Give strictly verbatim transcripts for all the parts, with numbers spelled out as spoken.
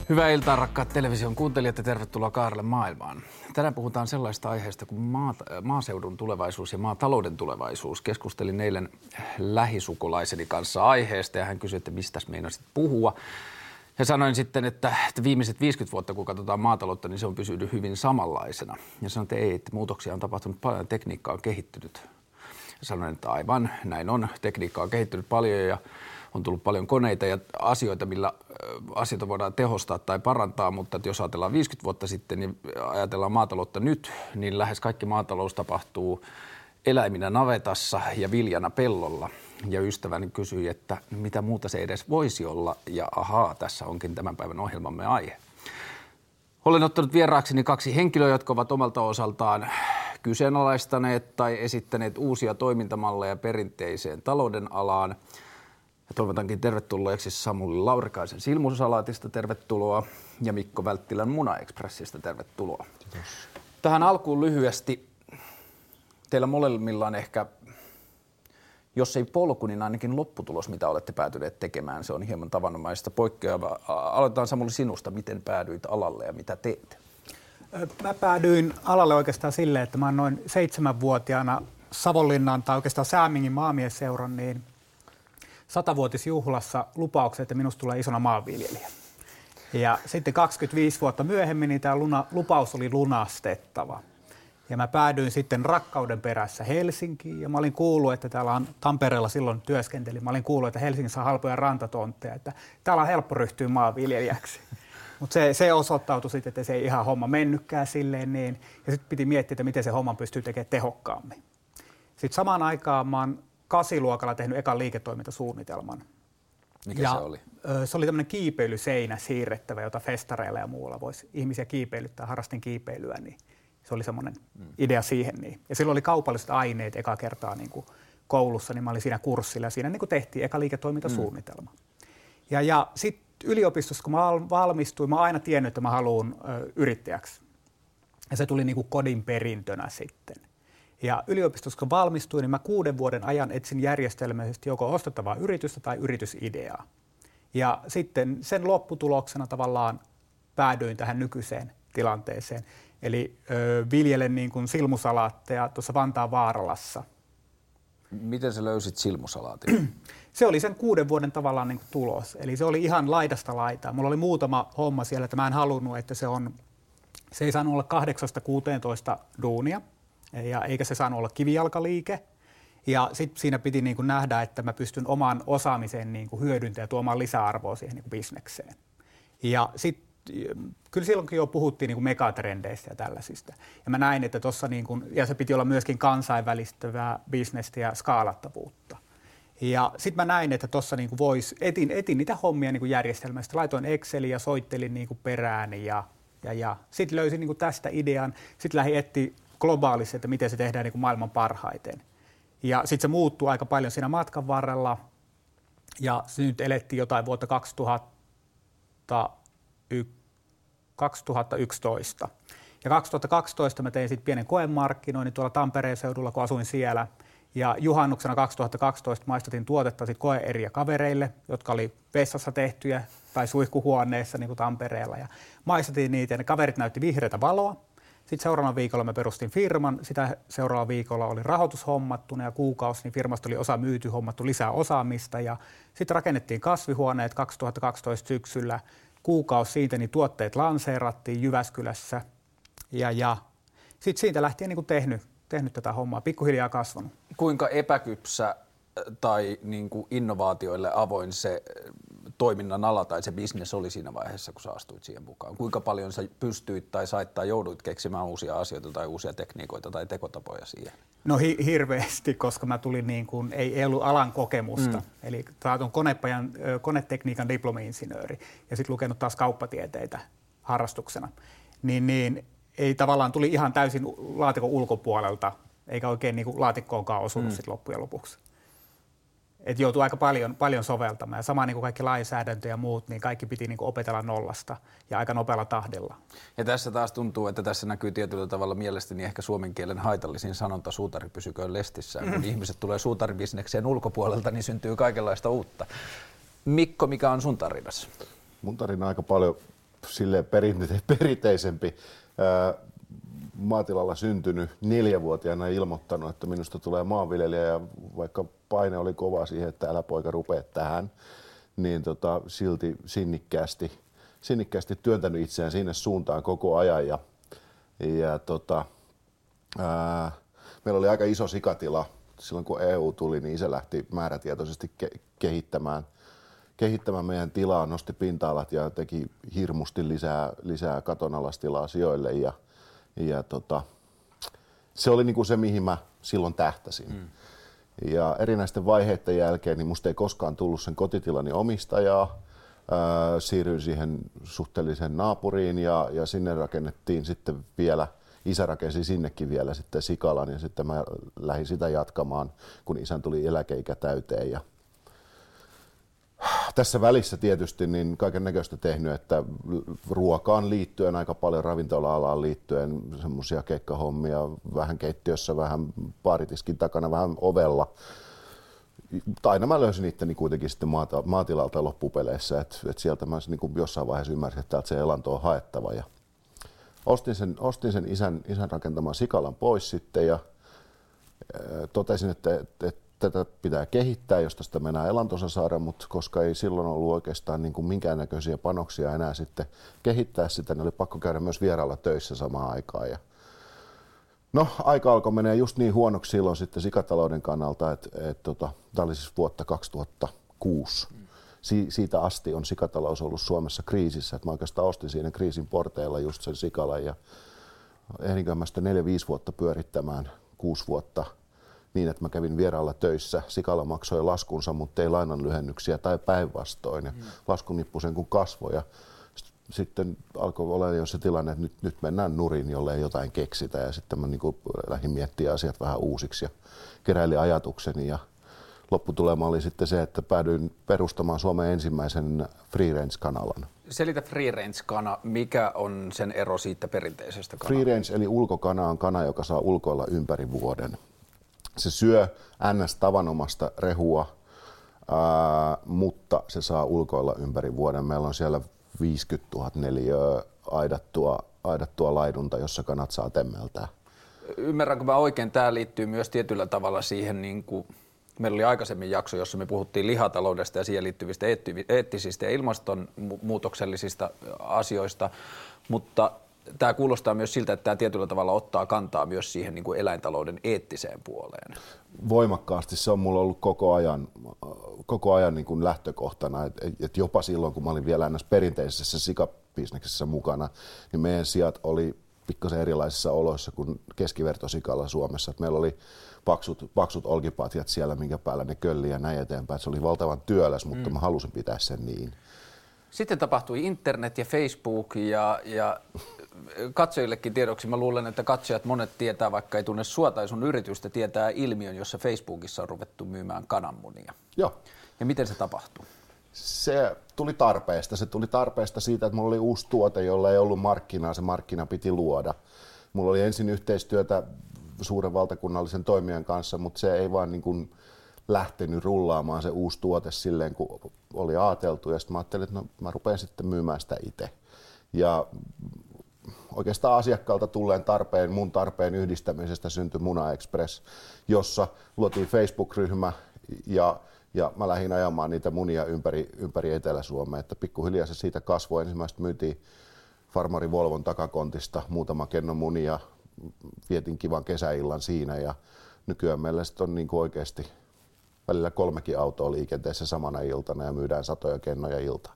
Hyvää iltaa, rakkaat television kuuntelijat, ja tervetuloa Kaarelle maailmaan. Tänään puhutaan sellaista aiheesta kuin maata, maaseudun tulevaisuus ja maatalouden tulevaisuus. Keskustelin eilen lähisukulaiseni kanssa aiheesta ja hän kysyi, että mistäs meinasit puhua. Ja sanoin sitten, että, että viimeiset viisikymmentä vuotta, kun katsotaan maataloutta, niin se on pysynyt hyvin samanlaisena. Ja sanoin, että ei, että muutoksia on tapahtunut paljon, tekniikka on kehittynyt. Ja sanoin, että aivan, näin on, tekniikka on kehittynyt paljon ja on tullut paljon koneita ja asioita, millä asioita voidaan tehostaa tai parantaa, mutta jos ajatellaan viisikymmentä vuotta sitten niin ajatellaan maataloutta nyt, niin lähes kaikki maatalous tapahtuu eläiminä navetassa ja viljana pellolla. Ja ystäväni kysyi, että mitä muuta se edes voisi olla, ja ahaa, tässä onkin tämän päivän ohjelmamme aihe. Olen ottanut vieraakseni kaksi henkilöä, jotka ovat omalta osaltaan kyseenalaistaneet tai esittäneet uusia toimintamalleja perinteiseen talouden alaan. Ja toivotankin tervetulleeksi Samuli Laurikaisen Silmusalaatista, tervetuloa, ja Mikko Välttilän Muna-Expressistä, tervetuloa. Kiitos. Tähän alkuun lyhyesti, teillä molemmilla on ehkä, jos ei polku, niin ainakin lopputulos, mitä olette päätyneet tekemään, se on hieman tavanomaista poikkeava. Aloitetaan Samuli sinusta, miten päädyit alalle ja mitä teet? Mä päädyin alalle oikeastaan silleen, että mä oon noin seitsemänvuotiaana Savonlinnan tai oikeastaan Säämingin maamiesseuran niin satavuotisjuhlassa lupaukset, että minusta tulee isona maanviljelijä. Ja sitten kaksikymmentäviisi vuotta myöhemmin niin tämä luna, lupaus oli lunastettava. Ja mä päädyin sitten rakkauden perässä Helsinkiin ja mä olin kuullut, että täällä on Tampereella silloin työskentelin. Mä olin kuullut, että Helsingissä on halpoja rantatontteja, että täällä on helppo ryhtyä maanviljelijäksi. Mutta se, se osoittautui sitten, että se ei ihan homma mennytkään silleen niin. Ja sitten piti miettiä, että miten se homma pystyy tekemään tehokkaammin. Sitten samaan aikaan mä oon kasiluokalla tehnyt ekan liiketoimintasuunnitelman. Mikä ja se oli? Se oli tämmöinen kiipeilyseinä siirrettävä, jota festareilla ja muulla voisi ihmisiä kiipeilyttää, harrastin kiipeilyä, niin se oli semmoinen mm. idea siihen. Niin. Ja silloin oli kaupalliset aineet eka kertaa niin kuin koulussa, niin mä olin siinä kurssilla ja siinä niin kuin tehtiin eka liiketoimintasuunnitelma. Mm. Ja, ja sitten yliopistossa, kun mä valmistuin, mä oon aina tiennyt, että mä haluan ö, yrittäjäksi. Ja se tuli niin kuin kodin perintönä sitten. Ja yliopistossa kun valmistuin, niin mä kuuden vuoden ajan etsin järjestelmällisesti joko ostettavaa yritystä tai yritysideaa. Ja sitten sen lopputuloksena tavallaan päädyin tähän nykyiseen tilanteeseen. Eli ö, viljelen niin kuin silmusalaatteja tuossa Vantaan Vaaralassa. Miten sä löysit silmusalaatin? Se oli sen kuuden vuoden tavallaan niin kuin tulos. Eli se oli ihan laidasta laitaa. Mulla oli muutama homma siellä, että mä en halunnut, että se on, se ei saanut olla kahdeksasta kuuteentoista duunia. Ja eikä se saanut olla kivijalkaliike. Ja sitten siinä piti niin kuin nähdä, että mä pystyn oman osaamisen niin kuin hyödyntämään ja tuomaan lisäarvoa siihen niin kuin bisnekseen. Ja sitten kyllä silloinkin jo puhuttiin niin kuin megatrendeistä ja tällaisista. Ja mä näin, että tuossa niin kuin, ja se piti olla myöskin kansainvälistävää bisnestä ja skaalattavuutta. Ja sitten mä näin, että tuossa niin kuin voisi, etin, etin niitä hommia niin kuin järjestelmästä. Laitoin Exceliin ja soittelin niin kuin perään ja, ja, ja sitten löysin niin kuin tästä idean. Sitten lähdin etsiä globaalisesti, että miten se tehdään niin kuin maailman parhaiten. Ja sitten se muuttuu aika paljon siinä matkan varrella. Ja nyt elettiin jotain vuotta kaksituhattayksitoista. Ja kaksituhattakaksitoista mä tein sitten pienen koemarkkinoinnin tuolla Tampereen seudulla, kun asuin siellä. Ja juhannuksena kaksituhattakaksitoista maistatin tuotetta sitten koe-eriä kavereille, jotka oli vessassa tehtyjä tai suihkuhuoneessa niin kuin Tampereella. Ja maistatin niitä ja ne kaverit näytti vihreätä valoa. Sitten seuraavana viikolla mä perustin firman, sitä seuraavalla viikolla oli rahoitus hommattuna ja kuukausi, niin firmasta oli osa myyty, hommattu lisää osaamista ja sitten rakennettiin kasvihuoneet kaksituhattakaksitoista syksyllä. Kuukausi siitä, niin tuotteet lanseerattiin Jyväskylässä ja, ja sitten siitä lähtien niin kuin tehnyt, tehnyt tätä hommaa, pikkuhiljaa kasvanut. Kuinka epäkypsä tai niin kuin innovaatioille avoin se toiminnan ala tai se business oli siinä vaiheessa, kun sä astuit siihen mukaan? Kuinka paljon sä pystyit tai sait tai jouduit keksimään uusia asioita tai uusia tekniikoita tai tekotapoja siihen? No hi- hirveästi, koska mä tulin niin kuin, ei ollut alan kokemusta. Mm. Eli tää on konepajan, konetekniikan diplomi-insinööri ja sitten lukenut taas kauppatieteitä harrastuksena. Niin, niin ei tavallaan tuli ihan täysin laatikon ulkopuolelta, eikä oikein niin kuin laatikkoonkaan osunut mm. sit loppujen lopuksi. Että joutui aika paljon, paljon soveltamaan. Ja sama niin kuin kaikki lainsäädäntö ja muut, niin kaikki piti niin kuin opetella nollasta ja aika nopealla tahdilla. Ja tässä taas tuntuu, että tässä näkyy tietyllä tavalla mielestäni ehkä suomen kielen haitallisin sanonta suutari pysyköön lestissään. Mm. Kun ihmiset tulee suutaribisnekseen ulkopuolelta, niin syntyy kaikenlaista uutta. Mikko, mikä on sun tarinassa? Mun tarina aika paljon silleen perinte- perinteisempi ää, maatilalla syntynyt neljävuotiaana ilmoittanut, että minusta tulee maanviljelijä ja vaikka paine oli kova siihen, että älä poika rupea tähän, niin tota, silti sinnikkäästi, sinnikkäästi työntänyt itseään sinne suuntaan koko ajan. Ja, ja tota, ää, meillä oli aika iso sikatila. Silloin kun E U tuli, niin isä lähti määrätietoisesti ke- kehittämään, kehittämään meidän tilaa, nosti pinta-alat ja teki hirmusti lisää, lisää katonalaistilaa sijoille. Ja, ja tota, se oli niinku se, mihin mä silloin tähtäsin. Mm. Ja erinäisten vaiheiden jälkeen niin musta ei koskaan tullut sen kotitilani omistajaa. Ää, siirryin siihen suhteellisen naapuriin ja, ja sinne rakennettiin sitten vielä, isä rakensi sinnekin vielä sitten sikalan ja sitten mä lähdin sitä jatkamaan, kun isän tuli eläkeikä täyteen. Ja tässä välissä tietysti niin kaiken näköistä tehnyt, että ruokaan liittyen aika paljon, ravintola-alaan liittyen semmoisia keikkahommia, vähän keittiössä, vähän baaritiskin takana, vähän ovella. Aina mä löysin itteni kuitenkin sitten maata, maatilalta loppupeleissä, että et sieltä mä niin kuin jossain vaiheessa ymmärsin, että täältä se elanto on haettava. Ja ostin sen, ostin sen isän, isän rakentaman sikalan pois sitten ja ää, totesin, että, että, että tätä pitää kehittää, josta sitä mennään elantonsa saada, mutta koska ei silloin ollut oikeastaan niin kuin minkäännäköisiä panoksia enää sitten kehittää sitä, niin oli pakko käydä myös vierailla töissä samaan aikaan. Ja no, aika alkoi menee just niin huonoksi silloin sitten sikatalouden kannalta, että, että tota, tämä oli siis vuotta kaksituhattakuusi. Si- siitä asti on sikatalous ollut Suomessa kriisissä, että mä oikeastaan ostin siinä kriisin porteilla just sen sikalan ja ehdinkö mä sitä neljä viisi vuotta pyörittämään, kuusi vuotta niin, että mä kävin vierailla töissä. Sikala maksoi laskunsa, mutta ei lainanlyhennyksiä tai päinvastoin. Ja mm. laskunippu sen kun kasvoi. Ja sitten alkoi olla jo se tilanne, että nyt, nyt mennään nurin, jollei jotain keksitä. Ja sitten mä niin kuin lähdin miettimään asiat vähän uusiksi ja keräilin ajatukseni. Ja lopputulema oli sitten se, että päädyin perustamaan Suomen ensimmäisen free range-kanalan. Selitä free range-kana. Mikä on sen ero siitä perinteisestä kanasta? Free range eli ulkokana on kana, joka saa ulkoilla ympäri vuoden. Se syö ns. Tavanomasta rehua, ää, mutta se saa ulkoilla ympäri vuoden. Meillä on siellä viisikymmentätuhatta neliöä aidattua, aidattua laidunta, jossa kanat saa temmeltää. Ymmärränkö mä oikein, tämä liittyy myös tietyllä tavalla siihen, niin kuin meillä oli aikaisemmin jakso, jossa me puhuttiin lihataloudesta ja siihen liittyvistä eettisistä ja ilmastonmuutoksellisista asioista, mutta tämä kuulostaa myös siltä, että tämä tietyllä tavalla ottaa kantaa myös siihen niin kuin eläintalouden eettiseen puoleen. Voimakkaasti se on mulla ollut koko ajan, koko ajan niin kuin lähtökohtana, että et jopa silloin, kun mä olin vielä ennäs perinteisessä sikabisneksessä mukana, niin meidän sijat oli pikkasen erilaisissa oloissa kuin keskivertosikalla Suomessa. Et meillä oli paksut, paksut olkipatjat siellä, minkä päällä ne kölli ja näin eteenpäin. Et se oli valtavan työläs, mutta mm. mä halusin pitää sen niin. Sitten tapahtui internet ja Facebook ja, ja katsojillekin tiedoksi. Mä luulen, että katsojat monet tietää, vaikka ei tunne sua tai sun yritystä, tietää ilmiön, jossa Facebookissa on ruvettu myymään kananmunia. Joo. Ja miten se tapahtui? Se tuli tarpeesta. Se tuli tarpeesta siitä, että mulla oli uusi tuote, jolla ei ollut markkinaa. Se markkina piti luoda. Mulla oli ensin yhteistyötä suuren valtakunnallisen toimijan kanssa, mutta se ei vaan niin kuin lähtenyt rullaamaan se uusi tuote silleen, kun oli ajateltu. Ja sitten mä ajattelin, että no, mä rupean sitten myymään sitä itse. Ja oikeastaan asiakkaalta tulleen tarpeen, mun tarpeen yhdistämisestä syntyi Muna Express, jossa luotiin Facebook-ryhmä ja, ja mä lähdin ajamaan niitä munia ympäri, ympäri Etelä-Suomea. Että pikkuhiljaa se siitä kasvoi. Ensimmäistä myytiin Farmari Volvon takakontista muutama kenno munia. Vietin kivan kesäillan siinä ja nykyään meillä sitten on niin kuin oikeasti välillä kolmekin autoa liikenteessä samana iltana ja myydään satoja kennoja iltaan.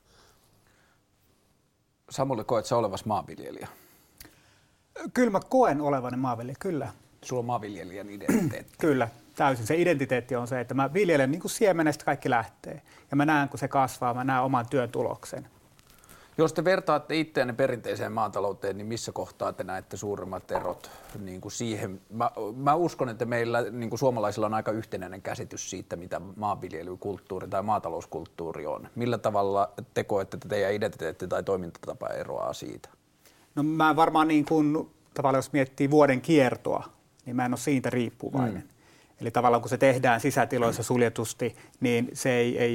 Samuli, koet sä olevas maanviljelijä? Kyllä mä koen olevani maanviljelijä, kyllä. Sulla on maanviljelijän identiteetti. Kyllä, täysin. Se identiteetti on se, että mä viljelen niin kuin siemenestä kaikki lähtee. Ja mä näen, kun se kasvaa, mä näen oman työn tuloksen. Jos te vertaatte itseänne perinteiseen maatalouteen, niin missä kohtaa te näette suurimmat erot niin kuin siihen? Mä, mä uskon, että meillä niin kuin suomalaisilla on aika yhtenäinen käsitys siitä, mitä maanviljelykulttuuri tai maatalouskulttuuri on. Millä tavalla te koette, että teidän identiteetti tai toimintatapa eroaa siitä? No mä varmaan niin kuin, tavallaan jos miettii vuoden kiertoa, niin mä en ole siitä riippuvainen. Mm. Eli tavallaan kun se tehdään sisätiloissa suljetusti, niin se ei, ei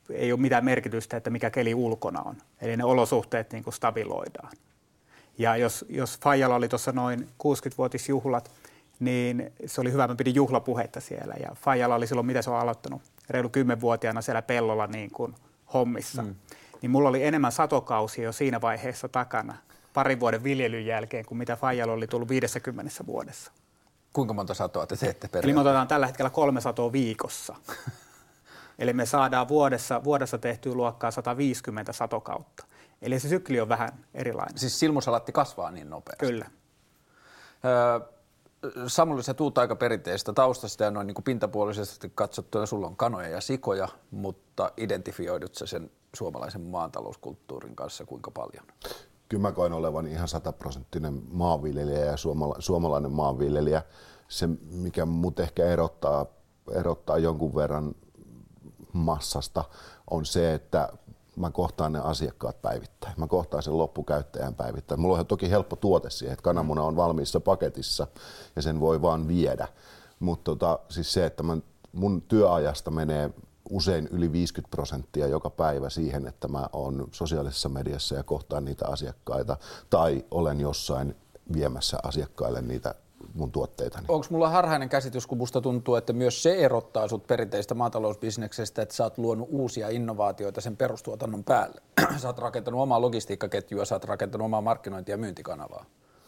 ei ole mitään merkitystä, että mikä keli ulkona on. Eli ne olosuhteet niin kuin stabiloidaan. Ja jos, jos Fajalla oli tuossa noin kuusikymmenvuotisjuhlat, niin se oli hyvä, mä pidin juhlapuhetta siellä. Ja Fajalla oli silloin, mitä se on aloittanut, reilu kymmenvuotiaana siellä pellolla niin kuin hommissa. Mm. Niin mulla oli enemmän satokausia jo siinä vaiheessa takana, parin vuoden viljelyn jälkeen, kuin mitä Fajalla oli tullut viidessäkymmenessä vuodessa. Kuinka monta satoa te teette periaatteessa? Eli me otetaan tällä hetkellä kolme satoa viikossa. Eli me saadaan vuodessa, vuodessa tehtyä luokkaa sata viisikymmentä satokautta. Eli se sykli on vähän erilainen. Siis silmusalatti kasvaa niin nopeasti? Kyllä. Öö, Samuli, sä tuut aika perinteistä taustasta ja noin niin kuin pintapuolisesti katsottuna sulla on kanoja ja sikoja, mutta identifioidut sä sen suomalaisen maatalouskulttuurin kanssa kuinka paljon? Kyllä mä koen olevan ihan sataprosenttinen maanviljelijä ja suomala- suomalainen maanviljelijä. Se, mikä mut ehkä erottaa, erottaa jonkun verran massasta, on se, että mä kohtaan ne asiakkaat päivittäin. Mä kohtaan sen loppukäyttäjän päivittäin. Mulla on toki helppo tuote siihen, että kananmuna on valmiissa paketissa ja sen voi vaan viedä. Mutta tota, siis se, että mä, mun työajasta menee usein yli viisikymmentä prosenttia joka päivä siihen, että mä oon sosiaalisessa mediassa ja kohtaan niitä asiakkaita tai olen jossain viemässä asiakkaille niitä mun tuotteitani. Onko mulla harhainen käsitys, kun musta tuntuu, että myös se erottaa sut perinteistä maatalousbisneksestä, että sä oot luonut uusia innovaatioita sen perustuotannon päälle. Sä oot rakentanut omaa logistiikkaketjua, sä oot rakentanut omaa markkinointi- ja myyntikanavaa.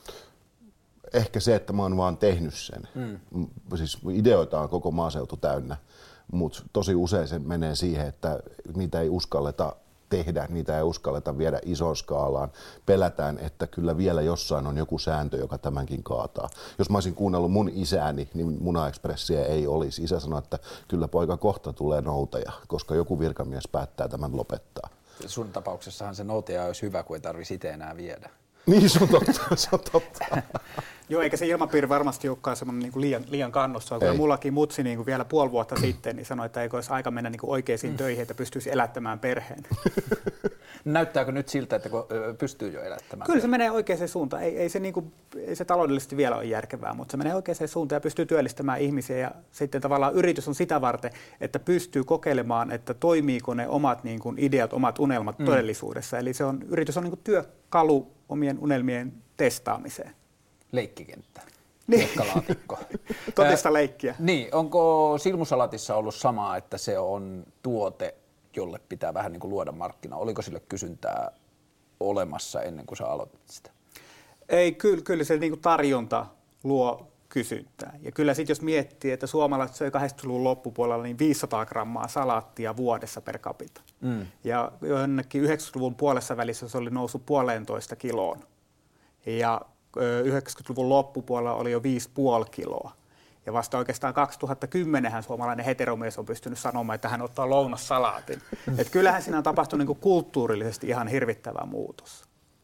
Ehkä se, että mä oon vaan tehnyt sen. Mm. Siis ideoita on koko maaseutu täynnä, mutta tosi usein se menee siihen, että niitä ei uskalleta tehdä, niitä ei uskalleta viedä isoon skaalaan. Pelätään, että kyllä vielä jossain on joku sääntö, joka tämänkin kaataa. Jos mä olisin kuunnellut mun isääni, niin Muna-Expressia ei olisi. Isä sanoi, että kyllä poika kohta tulee noutaja, koska joku virkamies päättää tämän lopettaa. Sun tapauksessahan se noutaja olisi hyvä, kun ei tarvitsisi itse enää viedä. Niin, se on totta. Se on totta. Joo, eikä se ilmapiiri varmasti olekaan semmoinen niin kuin liian, liian kannustavaa. Kun mullakin mutsi niin kuin vielä puoli vuotta sitten, niin sanoi, että eikö olisi aika mennä niin kuin oikeisiin töihin, että pystyisi elättämään perheen. Näyttääkö nyt siltä, että pystyy jo elättämään? Kyllä se menee oikeaan suuntaan. Ei, ei, se niin kuin, ei se taloudellisesti vielä ole järkevää, mutta se menee oikeaan suuntaan ja pystyy työllistämään ihmisiä. Ja sitten tavallaan yritys on sitä varten, että pystyy kokeilemaan, että toimiiko ne omat niin kuin ideat, omat unelmat mm. todellisuudessa. Eli se on, yritys on niin kuin työkalu omien unelmien testaamiseen. Leikkikenttä. Niin. Hiekkalaatikko. Totista leikkiä. Niin, onko silmusalatissa ollut samaa, että se on tuote, jolle pitää vähän niin kuin luoda markkina? Oliko sille kysyntää olemassa ennen kuin sä aloitit sitä? Ei, kyllä, kyllä se niin kuin tarjonta luo kysyntää. Ja kyllä sitten jos miettii, että suomalaiset söi kahdeksankymmentäluvun loppupuolella niin viisisataa grammaa salaattia vuodessa per capita. Mm. Ja jonnekin yhdeksänkymmentäluvun puolessa välissä se oli noussut puolentoista kiloon. Ja yhdeksänkymmentäluvun loppupuolella oli jo viisi pilkku viisi kiloa. Ja vasta oikeastaan kaksituhattakymmenen suomalainen heteromies on pystynyt sanomaan, että hän ottaa lounassalaatin. Että kyllähän siinä on tapahtunut niin kuin kulttuurillisesti ihan hirvittävä muutos.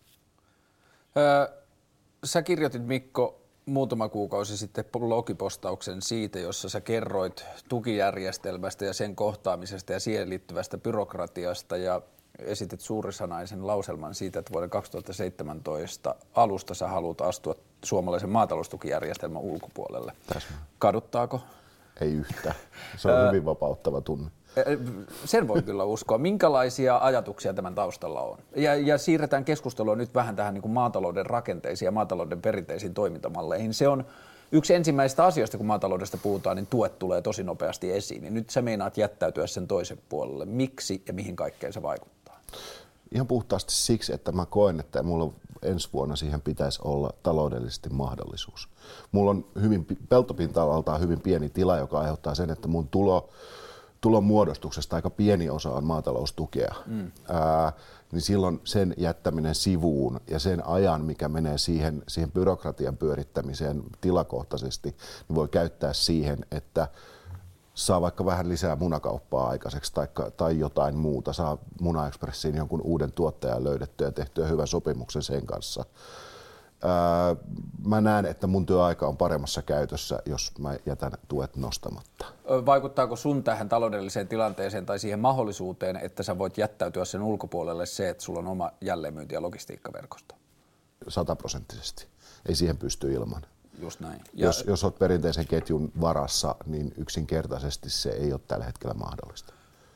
Öö, sä kirjoitit, Mikko, muutama kuukausi sitten blogipostauksen siitä, jossa sä kerroit tukijärjestelmästä ja sen kohtaamisesta ja siihen liittyvästä byrokratiasta ja esitit suurisanaisen lauselman siitä, että vuoden kaksituhattaseitsemäntoista alusta sä haluat astua suomalaisen maataloustukijärjestelmän ulkopuolelle. Täsmä. Kaduttaako? Ei yhtään. Se on hyvin vapauttava tunne. Sen voi kyllä uskoa. Minkälaisia ajatuksia tämän taustalla on? Ja, ja siirretään keskustelua nyt vähän tähän niin kuin maatalouden rakenteisiin ja maatalouden perinteisiin toimintamalleihin. Se on yksi ensimmäisistä asioista, kun maataloudesta puhutaan, niin tuet tulee tosi nopeasti esiin. Niin nyt sä meinaat jättäytyä sen toisen puolelle. Miksi ja mihin kaikkeen se vaikuttaa? Ihan puhtaasti siksi, että mä koen, että mulla ensi vuonna siihen pitäisi olla taloudellisesti mahdollisuus. Mulla on hyvin, peltopinta-alaltaan hyvin pieni tila, joka aiheuttaa sen, että mun tulo, tulon muodostuksesta aika pieni osa on maataloustukea. Mm. Ää, niin silloin sen jättäminen sivuun ja sen ajan, mikä menee siihen, siihen byrokratian pyörittämiseen tilakohtaisesti, niin voi käyttää siihen, että saa vaikka vähän lisää munakauppaa aikaiseksi tai, tai jotain muuta, saa Muna-Expressiin jonkun uuden tuottajan löydettyä ja tehtyä hyvän sopimuksen sen kanssa. Ää, mä näen, että mun työaika on paremmassa käytössä, jos mä jätän tuet nostamatta. Vaikuttaako sun tähän taloudelliseen tilanteeseen tai siihen mahdollisuuteen, että sä voit jättäytyä sen ulkopuolelle se, että sulla on oma jälleenmyynti- ja logistiikkaverkosto? Sataprosenttisesti. Ei siihen pysty ilman. Just näin. Ja Jos, jos olet perinteisen ketjun varassa, niin yksinkertaisesti se ei ole tällä hetkellä mahdollista.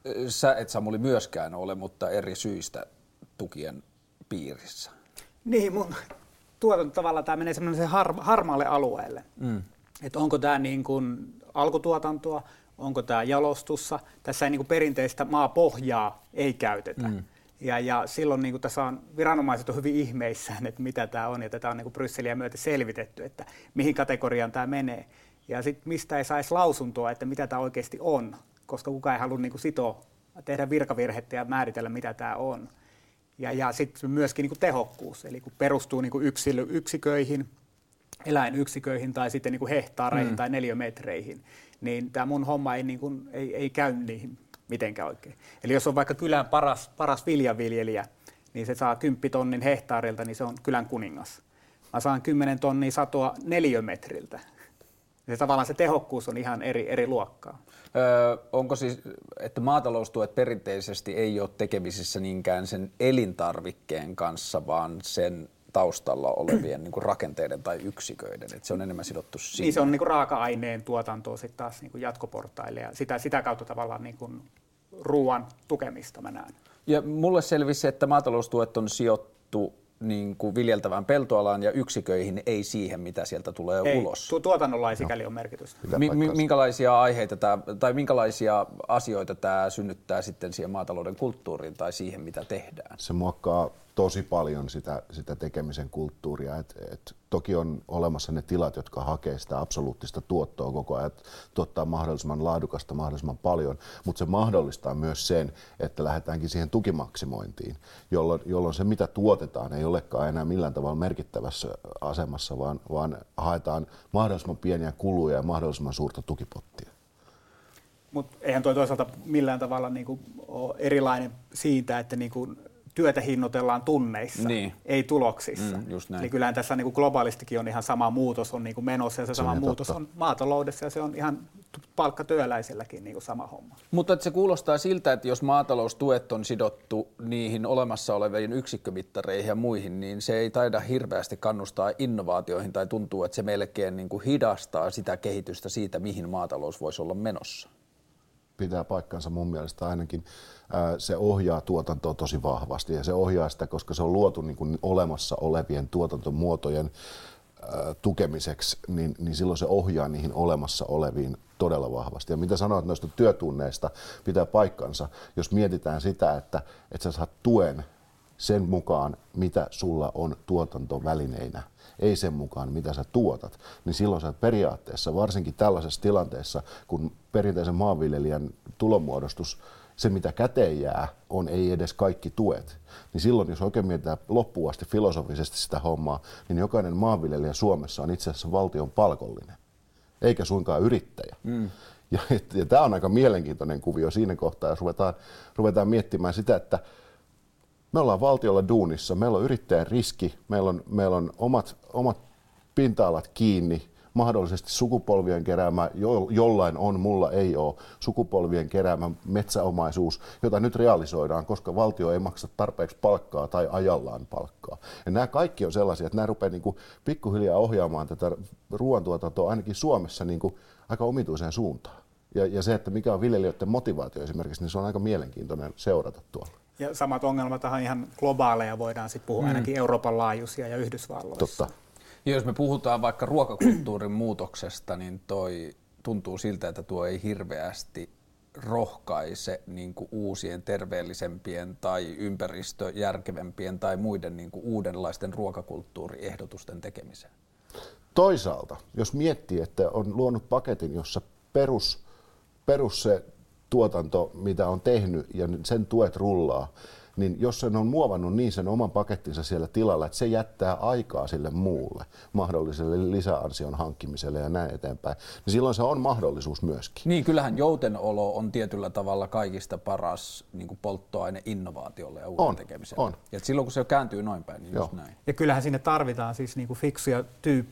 sä et Samuli myöskään ole, mutta eri syistä tukien piirissä. Niin, mun tuotanto tavallaan tämä menee semmoiselle har, harmaalle alueelle. Mm. Että onko tämä niin kuin alkutuotantoa, onko tämä jalostussa. Tässä ei niin kuin perinteistä maapohjaa ei käytetä. Mm. Ja, ja silloin niin kuin tässä on, viranomaiset on hyvin ihmeissään, että mitä tämä on. Ja tätä on niin kuin Brysseliä myöten selvitetty, että mihin kategoriaan tämä menee. Ja sitten mistä ei saisi lausuntoa, että mitä tämä oikeasti on, koska kukaan ei halua niin kuin sitoa, tehdä virkavirhettä ja määritellä, mitä tämä on. Ja, ja sitten myöskin niin kuin tehokkuus, eli kun perustuu niin kuin yksilö, yksiköihin, eläinyksiköihin tai sitten niin kuin hehtaareihin mm. tai neliömetreihin, niin tämä mun homma ei, niin kuin, ei, ei käy niihin mitenkään oikein. Eli jos on vaikka kylän paras, paras viljanviljelijä, niin se saa kymmenen tonnin hehtaarilta, niin se on kylän kuningas. Mä saan kymmenen tonnia satoa neliömetriltä. Se tavallaan se tehokkuus on ihan eri, eri luokkaa. Öö, onko siis, että maataloustuet perinteisesti ei ole tekemisissä niinkään sen elintarvikkeen kanssa, vaan sen taustalla olevien niin kuin rakenteiden tai yksiköiden, että se on enemmän sidottu siihen? Niin, se on niin kuin raaka-aineen tuotantoa sitten taas niin kuin jatkoportaille ja sitä, sitä kautta tavallaan niin kuin ruoan tukemista mä näen. Ja mulle selvisi se, että maataloustuet on sijoittu niin kuin viljeltävään peltoalaan ja yksiköihin, ei siihen, mitä sieltä tulee ei, ulos. Tu- tuotannolla ei sikäli ole merkitystä. Mi- mi- minkälaisia aiheita tää, tai minkälaisia asioita tämä synnyttää sitten siihen maatalouden kulttuuriin tai siihen, mitä tehdään? Se muokkaa tosi paljon sitä, sitä tekemisen kulttuuria. Et, et toki on olemassa ne tilat, jotka hakee sitä absoluuttista tuottoa koko ajan, tuottaa mahdollisimman laadukasta mahdollisimman paljon, mutta se mahdollistaa myös sen, että lähdetäänkin siihen tukimaksimointiin, jolloin, jolloin se, mitä tuotetaan, ei olekaan enää millään tavalla merkittävässä asemassa, vaan, vaan haetaan mahdollisimman pieniä kuluja ja mahdollisimman suurta tukipottia. Mutta eihän tuo toisaalta millään tavalla niinku ole erilainen siitä, että niinku työtä hinnoitellaan tunneissa, niin. ei tuloksissa. Mm, just näin. Eli kyllähän tässä niinku globaalistikin on ihan sama muutos on niinku menossa ja se, se sama muutos totta. On maataloudessa ja se on ihan palkkatyöläiselläkin niinku sama homma. Mutta se kuulostaa siltä, että jos maataloustuet on sidottu niihin olemassa oleviin yksikkömittareihin ja muihin, niin se ei taida hirveästi kannustaa innovaatioihin tai tuntuu, että se melkein niinku hidastaa sitä kehitystä siitä, mihin maatalous voisi olla menossa. Pitää paikkansa mun mielestä ainakin. Se ohjaa tuotantoa tosi vahvasti ja se ohjaa sitä, koska se on luotu niin kuin olemassa olevien tuotantomuotojen tukemiseksi, niin, niin silloin se ohjaa niihin olemassa oleviin todella vahvasti. Ja mitä sanoit noista työtunneista, pitää paikkansa, jos mietitään sitä, että, että sä saat tuen sen mukaan, mitä sulla on tuotantovälineinä, ei sen mukaan, mitä sä tuotat, niin silloin sä periaatteessa, varsinkin tällaisessa tilanteessa, kun perinteisen maanviljelijän tulonmuodostus, se mitä käteen jää, on ei edes kaikki tuet, niin silloin, jos oikein mietitään loppuun asti filosofisesti sitä hommaa, niin jokainen maanviljelijä Suomessa on itse asiassa valtion palkollinen, eikä suinkaan yrittäjä. Mm. Ja, ja tämä on aika mielenkiintoinen kuvio siinä kohtaa, jos ruvetaan, ruvetaan miettimään sitä, että me ollaan valtiolla duunissa, meillä on yrittäjän riski, meillä on, meillä on omat, omat pinta-alat kiinni, mahdollisesti sukupolvien keräämä, jo, jollain on, mulla ei ole, sukupolvien keräämä metsäomaisuus, jota nyt realisoidaan, koska valtio ei maksa tarpeeksi palkkaa tai ajallaan palkkaa. Ja nämä kaikki on sellaisia, että nämä rupeaa niin kuin pikkuhiljaa ohjaamaan tätä ruoantuotantoa ainakin Suomessa niin kuin aika omituiseen suuntaan. Ja, ja se, että mikä on viljelijöiden motivaatio esimerkiksi, niin se on aika mielenkiintoinen seurata tuolla. Ja samat ongelmat on ihan globaaleja, voidaan sitten puhua mm. ainakin Euroopan laajuisia ja Yhdysvalloissa. Totta. Ja jos me puhutaan vaikka ruokakulttuurin muutoksesta, niin toi tuntuu siltä, että tuo ei hirveästi rohkaise niin kuin uusien terveellisempien tai ympäristöjärkevämpien tai muiden niin kuin uudenlaisten ruokakulttuuriehdotusten tekemiseen. Toisaalta, jos miettii, että on luonut paketin, jossa perus, perus se tuotanto, mitä on tehnyt ja sen tuet rullaa, niin jos sen on muovannut niin sen oman pakettinsa siellä tilalla, että se jättää aikaa sille muulle, mahdolliselle lisäansion hankkimiselle ja näin eteenpäin, niin silloin se on mahdollisuus myöskin. Niin, kyllähän joutenolo on tietyllä tavalla kaikista paras niin kuin polttoaine innovaatiolle ja uuden on, tekemiselle. On. Ja silloin kun se kääntyy noin päin, niin Joo. just näin. Ja kyllähän sinne tarvitaan siis niin kuin fiksuja tyyppejä,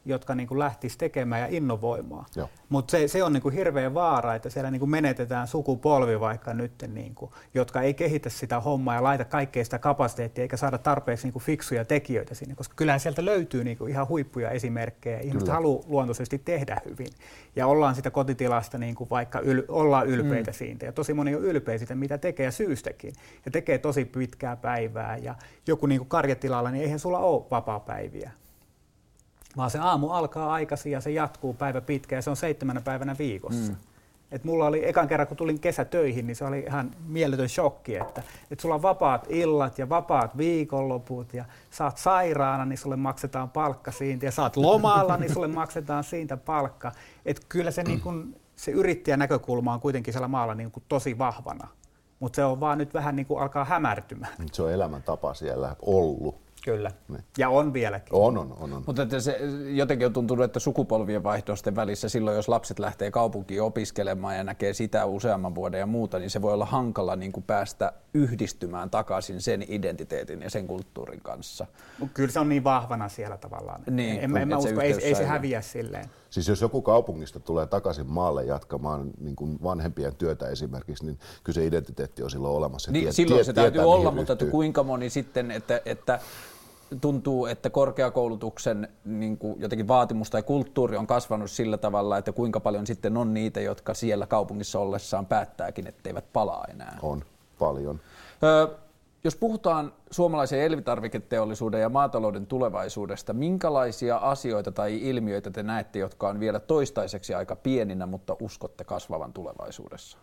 jotka niin kuin lähtisi tekemään ja innovoimaan. Mutta se, se on niin kuin hirveä vaara, että siellä niin kuin menetetään sukupolvi vaikka nyt, niin kuin, jotka ei kehitä sitä hommaa ja laita kaikkea sitä kapasiteettia eikä saada tarpeeksi niin kuin fiksuja tekijöitä sinne, koska kyllähän sieltä löytyy niin kuin ihan huippuja esimerkkejä. Ihmiset haluaa luontoisesti tehdä hyvin ja ollaan sitä kotitilasta niin kuin vaikka yl, ollaan ylpeitä mm. siitä ja tosi moni on ylpeä siitä, mitä tekee ja syystäkin ja tekee tosi pitkää päivää ja joku niin kuin karjatilalla, niin eihän sulla ole vapaapäiviä. Vaan se aamu alkaa aikaisin ja se jatkuu päivä pitkä ja se on seitsemänä päivänä viikossa. Mm. Et mulla oli ekan kerran, kun tulin kesätöihin, niin se oli ihan mieletön shokki, että, että sulla on vapaat illat ja vapaat viikonloput ja sä oot sairaana, niin sulle maksetaan palkka siitä ja sä oot lomalla, niin sulle maksetaan siitä palkka. Et kyllä se, niin kun, se yrittäjän näkökulma on kuitenkin siellä maalla niin kun tosi vahvana, mutta se on vaan nyt vähän niin kuin alkaa hämärtymään. Se on elämäntapa siellä ollut. Kyllä. Niin. Ja on vieläkin. On, on, on. on. Mutta että se jotenkin on tuntunut, että sukupolvien vaihdosten välissä silloin, jos lapset lähtee kaupunkiin opiskelemaan ja näkee sitä useamman vuoden ja muuta, niin se voi olla hankala niin kuin päästä yhdistymään takaisin sen identiteetin ja sen kulttuurin kanssa. Kyllä se on niin vahvana siellä tavallaan. Niin, en, en mä usko, ei, ei se häviä silleen. Siis jos joku kaupungista tulee takaisin maalle jatkamaan niin kuin vanhempien työtä esimerkiksi, niin kyllä se identiteetti on silloin olemassa. Niin, tie, silloin tie, se täytyy tietää, olla, mutta että kuinka moni sitten, että, että tuntuu, että korkeakoulutuksen niin kuin jotenkin vaatimus tai kulttuuri on kasvanut sillä tavalla, että kuinka paljon sitten on niitä, jotka siellä kaupungissa ollessaan päättääkin, etteivät palaa enää. On paljon. Öö, jos puhutaan suomalaisen elintarviketeollisuuden ja maatalouden tulevaisuudesta, minkälaisia asioita tai ilmiöitä te näette, jotka on vielä toistaiseksi aika pieninä, mutta uskotte kasvavan tulevaisuudessa?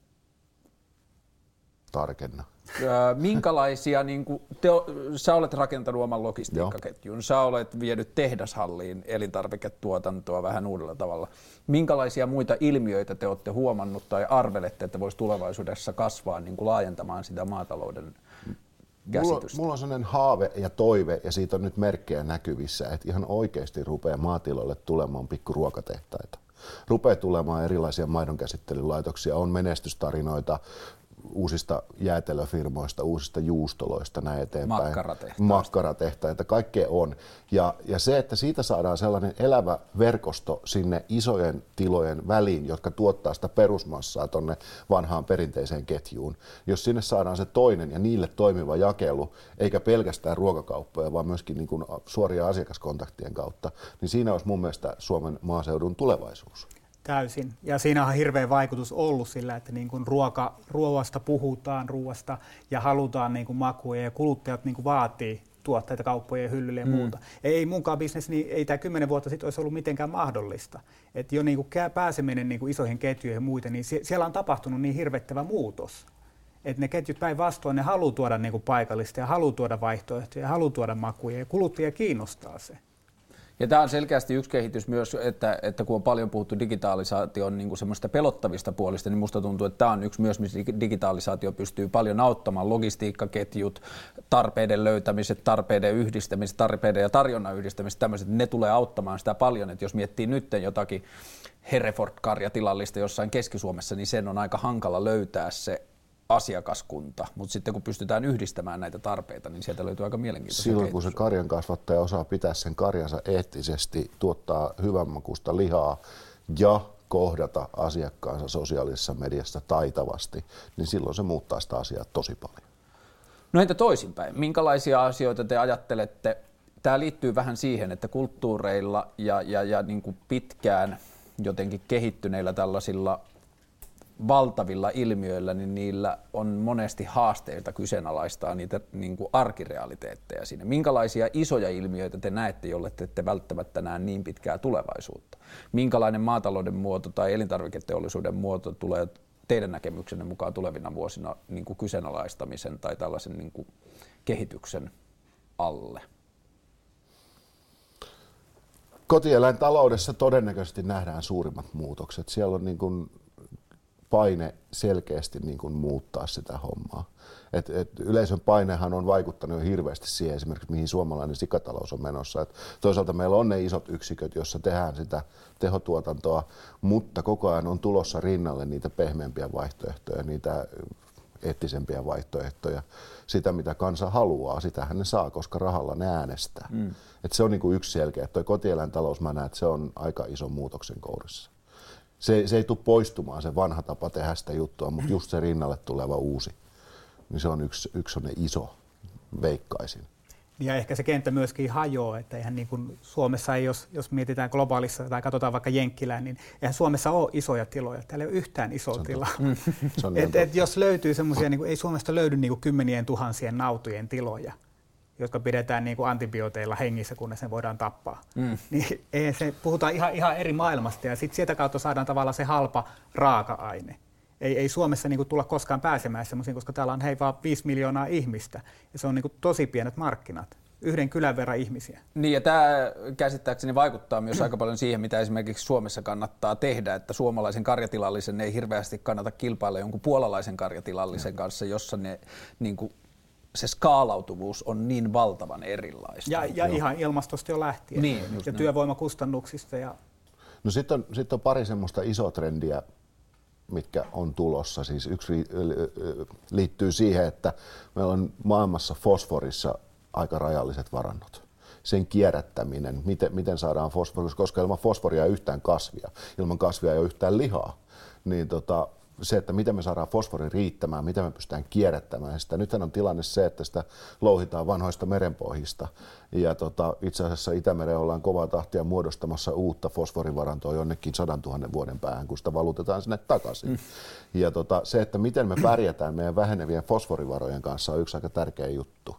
Tarkenna. Minkälaisia, niin kuin te, sä olet rakentanut oman logistiikkaketjun, sä olet vienyt tehdashalliin elintarviketuotantoa vähän uudella tavalla. Minkälaisia muita ilmiöitä te olette huomannut tai arvelette, että voisi tulevaisuudessa kasvaa niin kuin laajentamaan sitä maatalouden käsitystä? Mulla, mulla on sellainen haave ja toive, ja siitä on nyt merkkejä näkyvissä, että ihan oikeasti rupeaa maatiloille tulemaan pikkuruokatehtaita. Rupeaa tulemaan erilaisia maidonkäsittelylaitoksia, on menestystarinoita uusista jäätelöfirmoista, uusista juustoloista näin eteenpäin. Makkaratehtaita. Makkaratehtaita, kaikkea on. Ja, ja se, että siitä saadaan sellainen elävä verkosto sinne isojen tilojen väliin, jotka tuottaa sitä perusmassaa tonne vanhaan perinteiseen ketjuun. Jos sinne saadaan se toinen ja niille toimiva jakelu, eikä pelkästään ruokakauppoja, vaan myöskin niin kuin suoria asiakaskontaktien kautta, niin siinä olisi mun mielestä Suomen maaseudun tulevaisuus. Täysin. Ja siinä on hirveä vaikutus ollut sillä, että niin kuin ruoka, ruoasta puhutaan ruoasta ja halutaan niin kuin makuja ja kuluttajat niin kuin vaatii tuotteita kauppojen hyllylle ja mm. muuta. Ei munkaan bisnes, niin ei tämä kymmenen vuotta sitten olisi ollut mitenkään mahdollista. Et jo niin kuin pääseminen niin kuin isoihin ketjuihin ja muita, niin siellä on tapahtunut niin hirvettävä muutos. Että ne ketjut päinvastoin, ne haluaa tuoda niin kuin paikallista ja haluaa tuoda vaihtoehtoja ja haluaa tuoda makuja ja kuluttajia kiinnostaa se. Ja tämä on selkeästi yksi kehitys myös, että, että kun on paljon puhuttu digitalisaation niin kuin semmoista pelottavista puolista, niin musta tuntuu, että tämä on yksi myös, missä digitalisaatio pystyy paljon auttamaan. Logistiikkaketjut, tarpeiden löytämiset, tarpeiden yhdistämiset, tarpeiden ja tarjonnan yhdistämiset, tämmöiset, ne tulee auttamaan sitä paljon. Että jos miettii nyt jotakin Hereford-karjatilallista jossain Keski-Suomessa, niin sen on aika hankala löytää se asiakaskunta, mutta sitten kun pystytään yhdistämään näitä tarpeita, niin sieltä löytyy aika mielenkiintoista. Silloin kun se karjan kasvattaja osaa pitää sen karjansa eettisesti, tuottaa hyvänmakuista lihaa ja kohdata asiakkaansa sosiaalisessa mediassa taitavasti, niin silloin se muuttaa sitä asiaa tosi paljon. No entä toisinpäin? Minkälaisia asioita te ajattelette? Tämä liittyy vähän siihen, että kulttuureilla ja, ja, ja niin kuin pitkään jotenkin kehittyneillä tällaisilla valtavilla ilmiöillä, niin niillä on monesti haasteita kyseenalaistaa niitä niin kuin arkirealiteetteja siinä. Minkälaisia isoja ilmiöitä te näette, jolle te ette välttämättä näe niin pitkää tulevaisuutta? Minkälainen maatalouden muoto tai elintarviketeollisuuden muoto tulee teidän näkemyksenne mukaan tulevina vuosina niin kuin kyseenalaistamisen tai tällaisen niin kuin kehityksen alle? Kotieläintaloudessa todennäköisesti nähdään suurimmat muutokset. Siellä on niin kuin paine selkeästi niin kuin muuttaa sitä hommaa. Et, et yleisön painehan on vaikuttanut jo hirveästi siihen esimerkiksi, mihin suomalainen sikatalous on menossa. Et toisaalta meillä on ne isot yksiköt, joissa tehdään sitä tehotuotantoa, mutta koko ajan on tulossa rinnalle niitä pehmeämpiä vaihtoehtoja, niitä eettisempiä vaihtoehtoja. Sitä, mitä kansa haluaa, sitähän ne saa, koska rahalla ne äänestää. Mm. Et se on niin kuin yksi selkeä. Tuo kotieläintalous, mä näen, että se on aika iso muutoksen kourissa. Se, se ei tule poistumaan se vanha tapa tehdä sitä juttua, mutta just se rinnalle tuleva uusi, niin se on yksi, yksi iso, veikkaisin. Ja ehkä se kenttä myöskin hajoaa, että eihän niin kuin Suomessa ei, jos, jos mietitään globaalissa tai katsotaan vaikka Jenkkilään, niin eihän Suomessa ole isoja tiloja. Täällä ei ole yhtään isoa tilaa. et, et jos löytyy semmoisia, niin kuin, ei Suomesta löydy niin kuin kymmenien tuhansien nautojen tiloja, jotka pidetään niin kuin antibiooteilla hengissä, kunnes ne voidaan tappaa. Mm. Niin ei se, puhutaan ihan, ihan eri maailmasta ja sitten sieltä kautta saadaan tavallaan se halpa raaka-aine. Ei, ei Suomessa niin kuin tulla koskaan pääsemään semmoisiin, koska täällä on hei vaan viisi miljoonaa ihmistä ja se on niin kuin tosi pienet markkinat. Yhden kylän verran ihmisiä. Niin ja tämä käsittääkseni vaikuttaa myös aika paljon siihen, mitä esimerkiksi Suomessa kannattaa tehdä, että suomalaisen karjatilallisen ei hirveästi kannata kilpailla jonkun puolalaisen karjatilallisen kanssa, jossa ne, niin kuin, se skaalautuvuus on niin valtavan erilaista. Ja, ja ihan ilmastosta jo lähtien niin, ja työvoimakustannuksista. Ja... No sitten on, sit on pari semmoista isoa trendiä, mitkä on tulossa. Siis yksi liittyy siihen, että meillä on maailmassa fosforissa aika rajalliset varannot. Sen kierrättäminen, miten, miten saadaan fosforia, koska ilman fosforia ei yhtään kasvia, ilman kasvia ei ole yhtään lihaa, niin tota, se, että miten me saadaan fosfori riittämään, miten me pystytään kierrättämään sitä. Nythän on tilanne se, että sitä louhitaan vanhoista merenpohjista ja tota, itse asiassa Itämereen ollaan kovaa tahtia muodostamassa uutta fosforivarantoa jonnekin sadantuhannen vuoden päähän, kun sitä valutetaan sinne takaisin. Mm. Ja tota, se, että miten me pärjätään meidän vähenevien fosforivarojen kanssa on yksi aika tärkeä juttu.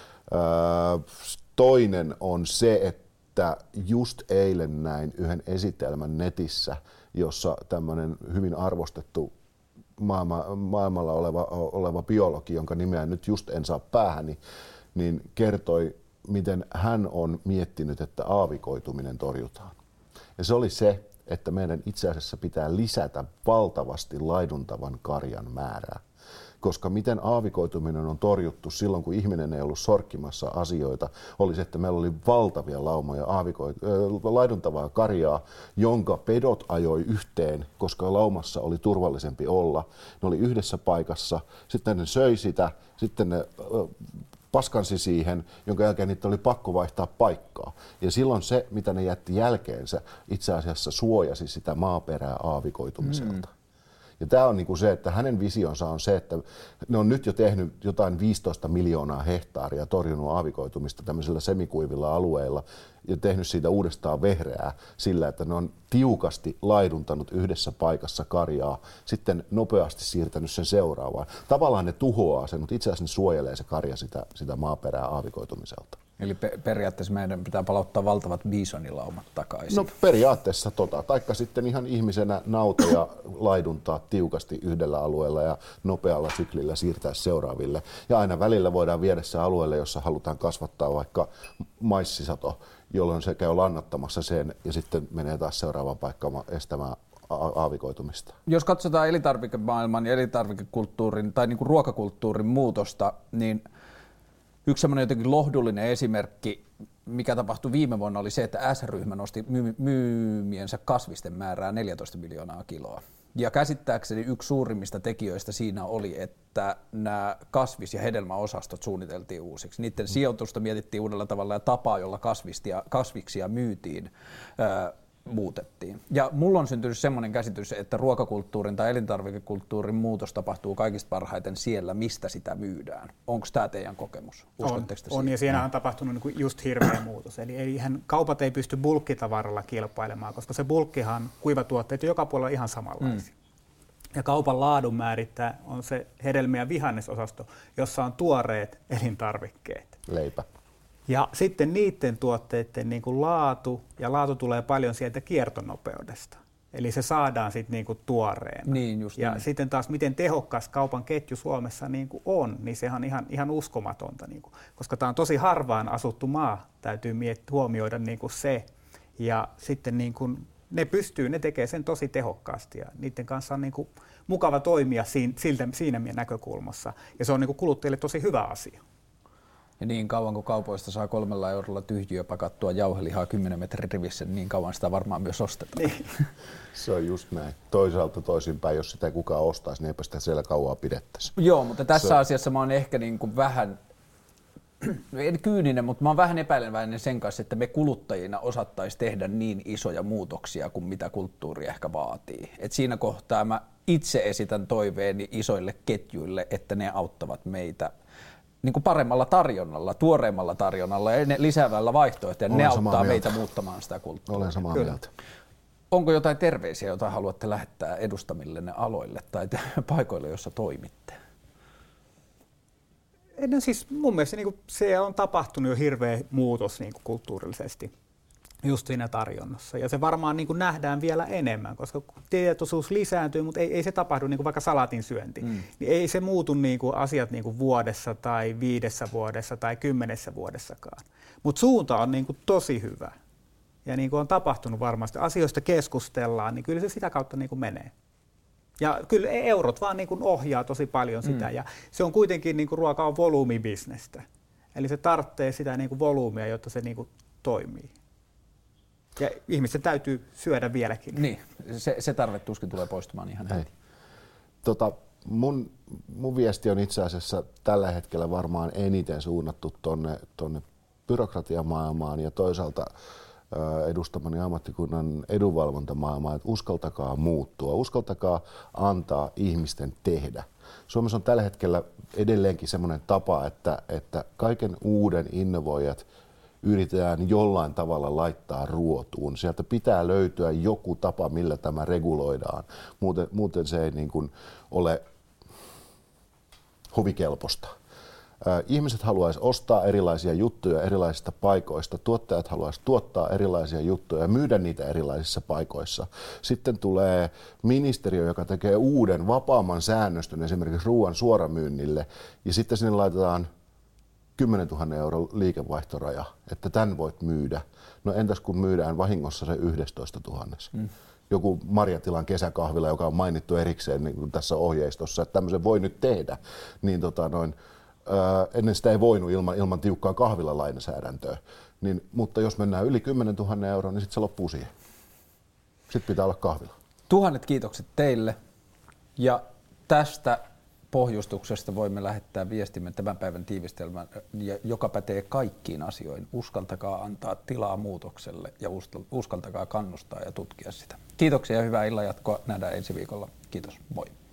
Toinen on se, että just eilen näin yhden esitelmän netissä, jossa tämmöinen hyvin arvostettu maailma, maailmalla oleva, oleva biologi, jonka nimeä nyt just en saa päähäni, niin kertoi, miten hän on miettinyt, että aavikoituminen torjutaan. Ja se oli se, että meidän itse asiassa pitää lisätä valtavasti laiduntavan karjan määrää. Koska miten aavikoituminen on torjuttu silloin, kun ihminen ei ollut sorkkimassa asioita, oli se, että meillä oli valtavia laumoja aavikoit- äh, laiduntavaa karjaa, jonka pedot ajoi yhteen, koska laumassa oli turvallisempi olla. Ne oli yhdessä paikassa, sitten ne söi sitä, sitten ne äh, paskansi siihen, jonka jälkeen niitä oli pakko vaihtaa paikkaa. Ja silloin se, mitä ne jätti jälkeensä, itse asiassa suojasi sitä maaperää aavikoitumiselta. Mm. Ja tämä on niinku se, että hänen visionsa on se, että ne on nyt jo tehnyt jotain viisitoista miljoonaa hehtaaria torjunut aavikoitumista tämmöisillä semikuivilla alueilla ja tehnyt siitä uudestaan vehreää sillä, että ne on tiukasti laiduntanut yhdessä paikassa karjaa, sitten nopeasti siirtänyt sen seuraavaan. Tavallaan ne tuhoaa sen, mutta itse asiassa ne suojelee se karja sitä, sitä maaperää aavikoitumiselta. Eli pe- periaatteessa meidän pitää palauttaa valtavat bisonilaumat takaisin. No periaatteessa tota, taikka sitten ihan ihmisenä nautoja laiduntaa tiukasti yhdellä alueella ja nopealla syklillä siirtää seuraaville. Ja aina välillä voidaan viedä se alueelle, jossa halutaan kasvattaa vaikka maissisato, jolloin se käy lannottamassa sen ja sitten menee taas seuraavaan paikkaan estämään aavikoitumista. Jos katsotaan elintarvikemaailman ja elintarvikekulttuurin tai niin kuin ruokakulttuurin muutosta, niin yksi semmoinen jotenkin lohdullinen esimerkki, mikä tapahtui viime vuonna, oli se, että S-ryhmä nosti myy- myymiensä kasvisten määrää neljätoista miljoonaa kiloa. Ja käsittääkseni yksi suurimmista tekijöistä siinä oli, että nämä kasvis- ja hedelmäosastot suunniteltiin uusiksi. Niiden sijoitusta mietittiin uudella tavalla ja tapaa, jolla kasvistia, kasviksia myytiin, ää, muutettiin. Ja mulla on syntynyt semmoinen käsitys, että ruokakulttuurin tai elintarvikekulttuurin muutos tapahtuu kaikista parhaiten siellä, mistä sitä myydään. Onko tämä teidän kokemus? On, on ja siinä on tapahtunut niinku just hirveä muutos. Eli eihän kaupat ei pysty bulkkitavaralla kilpailemaan, koska se bulkkihan kuivatuotteet on joka puolella ihan samanlaisia. Mm. Ja kaupan laadun määrittää on se hedelmä- ja vihannesosasto, jossa on tuoreet elintarvikkeet. Leipä. Ja sitten niiden tuotteiden niin kuin laatu, ja laatu tulee paljon sieltä kiertonopeudesta. Eli se saadaan sitten niin kuin tuoreena. Niin, just ja niin. sitten taas miten tehokas kaupan ketju Suomessa niin kuin on, niin sehän on ihan, ihan uskomatonta. Niin kuin, koska tämä on tosi harvaan asuttu maa, täytyy miet- huomioida niin kuin se. Ja sitten niin kuin ne pystyy, ne tekee sen tosi tehokkaasti ja niiden kanssa on niin kuin mukava toimia siinä, siltä, siinä näkökulmassa. Ja se on niin kuin kuluttajille tosi hyvä asia. Ja niin kauan kuin kaupoista saa kolmella eurolla tyhjiö pakattua jauhelihaa kymmenen metrin rivissä, niin kauan sitä varmaan myös ostetaan. Niin. Se on just näin. Toisaalta toisinpäin, jos sitä ei kukaan ostaisi, niin eipä sitä siellä kauaa pidettäisi. Joo, mutta tässä Se... asiassa mä oon ehkä niin kuin vähän, en kyyninen, mutta mä oon vähän epäileväinen sen kanssa, että me kuluttajina osattaisi tehdä niin isoja muutoksia kuin mitä kulttuuri ehkä vaatii. Et siinä kohtaa mä itse esitän toiveeni isoille ketjuille, että ne auttavat meitä niin kuin paremmalla tarjonnalla, tuoreemmalla tarjonnalla ja lisäävällä vaihtoehtoja. Ne auttaa meitä muuttamaan sitä kulttuuria. Olen samaa Kyllä. mieltä. Onko jotain terveisiä, joita haluatte lähettää edustamillenne aloille tai paikoille, joissa toimitte? No siis mun mielestä niin kuin se on tapahtunut jo hirveä muutos niin kuin kulttuurillisesti just siinä tarjonnassa. Ja se varmaan niin kuin nähdään vielä enemmän, koska tietoisuus lisääntyy, mutta ei, ei se tapahdu niin kuin vaikka salatin syönti. Mm. Niin ei se muutu niin kuin asiat niin kuin vuodessa tai viidessä vuodessa tai kymmenessä vuodessakaan. Mutta suunta on niin kuin tosi hyvä. Ja niin kuin on tapahtunut varmasti, asioista keskustellaan, niin kyllä se sitä kautta niin kuin menee. Ja kyllä eurot vaan niin kuin ohjaa tosi paljon sitä. Mm. Ja se on kuitenkin, niin kuin ruoka on volyymibisnestä. Eli se tarvitsee sitä niin kuin volyymia, jotta se niin kuin toimii. Ja ihmisten täytyy syödä vieläkin. Niin, se, se tarve tuskin tulee poistumaan ihan heti. Tota, mun, mun viesti on itse asiassa tällä hetkellä varmaan eniten suunnattu tonne, tonne byrokratiamaailmaan ja toisaalta ä, edustamani ammattikunnan edunvalvontamaailmaan, että uskaltakaa muuttua, uskaltakaa antaa ihmisten tehdä. Suomessa on tällä hetkellä edelleenkin semmoinen tapa, että, että kaiken uuden innovoijat yritetään jollain tavalla laittaa ruotuun. Sieltä pitää löytyä joku tapa, millä tämä reguloidaan. Muuten, muuten se ei niin kuin ole hovikelpoista. Ihmiset haluaisi ostaa erilaisia juttuja erilaisista paikoista, tuottajat haluaisi tuottaa erilaisia juttuja ja myydä niitä erilaisissa paikoissa. Sitten tulee ministeriö, joka tekee uuden vapaamman säännöstön esimerkiksi ruoan suoramyynnille ja sitten sinne laitetaan kymmenentuhatta euron liikevaihtoraja, että tämän voit myydä. No entäs kun myydään vahingossa se yksitoistatuhatta? Mm. Joku Marjatilan kesäkahvila, joka on mainittu erikseen niin kuin tässä ohjeistossa, että tämmöisen voi nyt tehdä, niin tota noin, ää, ennen sitä ei voinut ilman, ilman tiukkaa kahvilalainsäädäntöä. Niin, mutta jos mennään yli kymmenentuhatta euroa, niin sitten se loppuu siihen. Sitten pitää olla kahvila. Tuhannet kiitokset teille ja tästä pohjustuksesta voimme lähettää viestimme tämän päivän tiivistelmän, joka pätee kaikkiin asioihin. Uskaltakaa antaa tilaa muutokselle ja uskaltakaa kannustaa ja tutkia sitä. Kiitoksia ja hyvää illan jatkoa. Nähdään ensi viikolla. Kiitos. Moi.